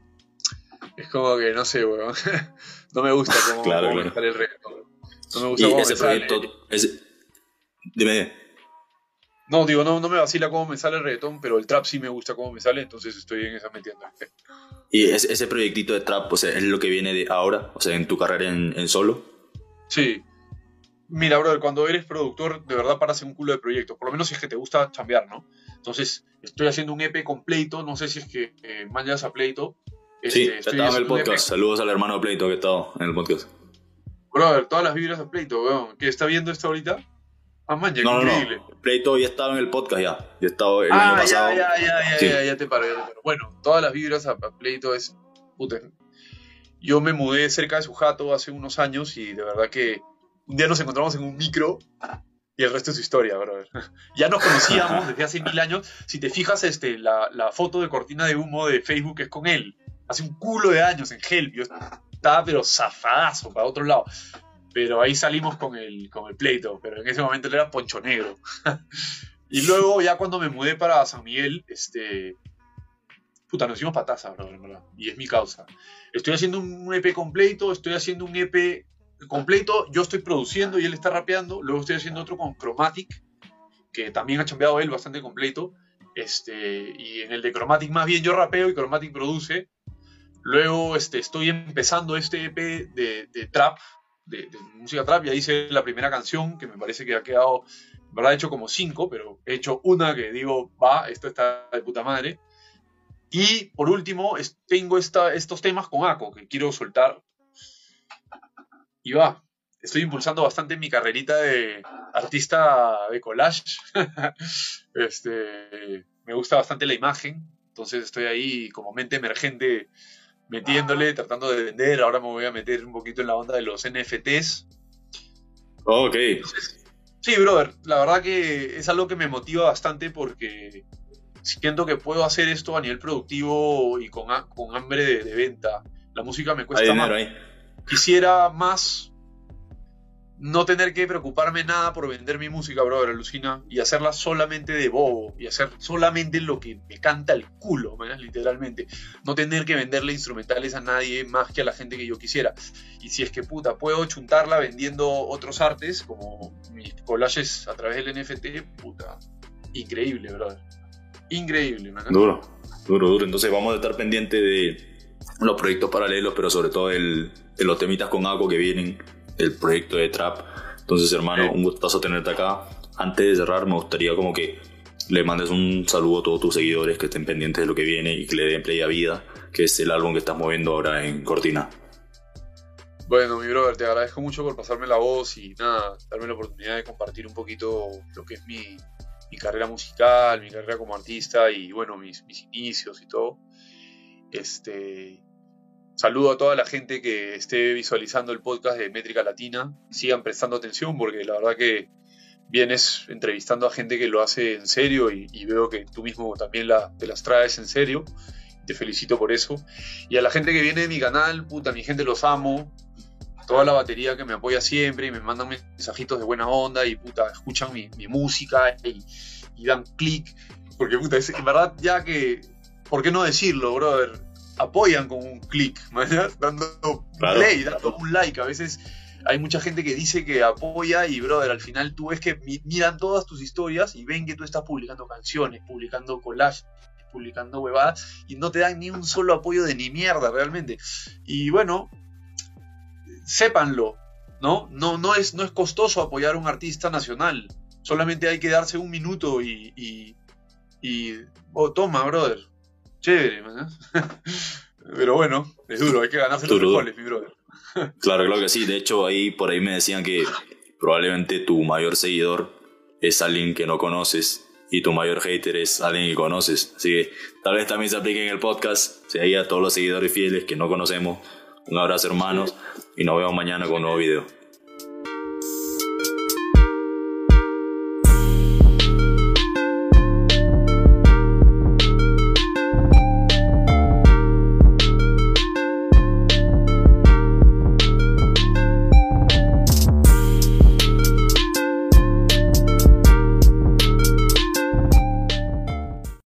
es como que, no sé, weón. No me gusta cómo,
Claro,
cómo me
claro.
sale el reggaetón. No me gusta
Y
cómo
ese
me sale.
proyecto... Ese... Dime.
No, digo, no, no me vacila cómo me sale el reggaetón, pero el trap sí me gusta cómo me sale, entonces estoy en esa metiendo.
Y ese, ese proyectito de trap, o sea, es lo que viene de ahora, o sea, en tu carrera en, en solo.
Sí. Mira, brother, cuando eres productor, de verdad paras en un culo de proyectos, por lo menos si es que te gusta chambear, ¿no? Entonces, estoy haciendo un E P con Pleito, no sé si es que eh, mandas a Pleito.
Sí,
Este,
ya
estoy
estaba en el
haciendo un E P.
podcast. Saludos al hermano de Pleito que ha estado en el podcast.
Brother, todas las vibras a Pleito, weón. ¿Qué está viendo esto ahorita? Ah, man, ya, qué
No, no,
increíble.
no. Pleito ya estaba en el podcast ya. Ya estaba el
Ah,
año pasado.
ya, ya, ya, ya,
Sí.
ya, ya te paro, ya te paro. Bueno, todas las vibras a, a Pleito es... Puta, yo me mudé cerca de su jato hace unos años y de verdad que un día nos encontramos en un micro y el resto es su historia, brother. Ya nos conocíamos desde hace mil años. Si te fijas, este, la, la foto de cortina de humo de Facebook es con él. Hace un culo de años en Help. Yo estaba pero zafadazo para otro lado. Pero ahí salimos con el, con el Pleito. Pero en ese momento él era Poncho Negro. Y luego ya cuando me mudé para San Miguel, este... Puta, nos hicimos patazas, brother, en verdad. Y es mi causa. Estoy haciendo un E P completo, estoy haciendo un E P completo, yo estoy produciendo y él está rapeando. Luego estoy haciendo otro con Chromatic, que también ha chambeado él bastante completo. Este, y en el de Chromatic más bien yo rapeo y Chromatic produce. Luego este, estoy empezando este E P de, de trap, de, de música trap. Ya hice la primera canción, que me parece que ha quedado, en verdad he hecho como cinco, pero he hecho una que digo, va, esto está de puta madre. Y por último, es- tengo esta, estos temas con Ako que quiero soltar. Y va, estoy impulsando bastante mi carrerita de artista de collage. este, me gusta bastante la imagen, entonces estoy ahí como mente emergente metiéndole, tratando de vender. Ahora me voy a meter un poquito en la onda de los N F Ts.
Ok.
Sí, brother, la verdad que es algo que me motiva bastante porque siento que puedo hacer esto a nivel productivo y con, ha- con hambre de, de venta. La música me
Hay
cuesta más.
dinero ahí.
Quisiera más no tener que preocuparme nada por vender mi música, brother, alucina, y hacerla solamente de bobo, y hacer solamente lo que me canta el culo, man, literalmente. No tener que venderle instrumentales a nadie más que a la gente que yo quisiera. Y si es que, puta, puedo chuntarla vendiendo otros artes, como mis collages a través del N F T, puta, increíble, brother. Increíble, man.
Duro, duro, duro. Entonces vamos a estar pendientes de los proyectos paralelos, pero sobre todo el, de los temitas con Ako que vienen, el proyecto de Trap. Entonces, hermano,
Sí.
un gustazo tenerte acá. Antes de cerrar, me gustaría como que le mandes un saludo a todos tus seguidores que estén pendientes de lo que viene y que le den play a Vida, que es el álbum que estás moviendo ahora en Cortina.
Bueno, mi brother, te agradezco mucho por pasarme la voz y nada, darme la oportunidad de compartir un poquito lo que es mi, mi carrera musical, mi carrera como artista y bueno, mis, mis inicios y todo. Este, saludo a toda la gente que esté visualizando el podcast de Métrica Latina. Sigan prestando atención porque la verdad que vienes entrevistando a gente que lo hace en serio y, y veo que tú mismo también la, te las traes en serio. Te felicito por eso. Y a la gente que viene de mi canal, puta, mi gente los amo. Toda la batería que me apoya siempre y me mandan mensajitos de buena onda y puta, escuchan mi, mi música y, y dan clic. Porque puta, es, en verdad ya que, ¿por qué no decirlo, brother? Apoyan con un clic, ¿mañas? Dando
Claro.
play, dando un like. A veces hay mucha gente que dice que apoya y, brother, al final tú ves que mi- miran todas tus historias y ven que tú estás publicando canciones, publicando collages, publicando huevadas y no te dan ni un solo apoyo de ni mierda realmente. Y bueno, sépanlo, ¿no? No, no es, no es costoso apoyar a un artista nacional. Solamente hay que darse un minuto y... y, y oh, toma, brother. Chévere, man. Pero bueno, es duro, hay que ganarse los
Duro.
frijoles, mi brother.
Claro, claro que sí. De hecho, ahí por ahí me decían que probablemente tu mayor seguidor es alguien que no conoces y tu mayor hater es alguien que conoces. Así que tal vez también se aplique en el podcast. Si ahí a todos los seguidores fieles que no conocemos, un abrazo, hermanos, y nos vemos mañana con un nuevo video.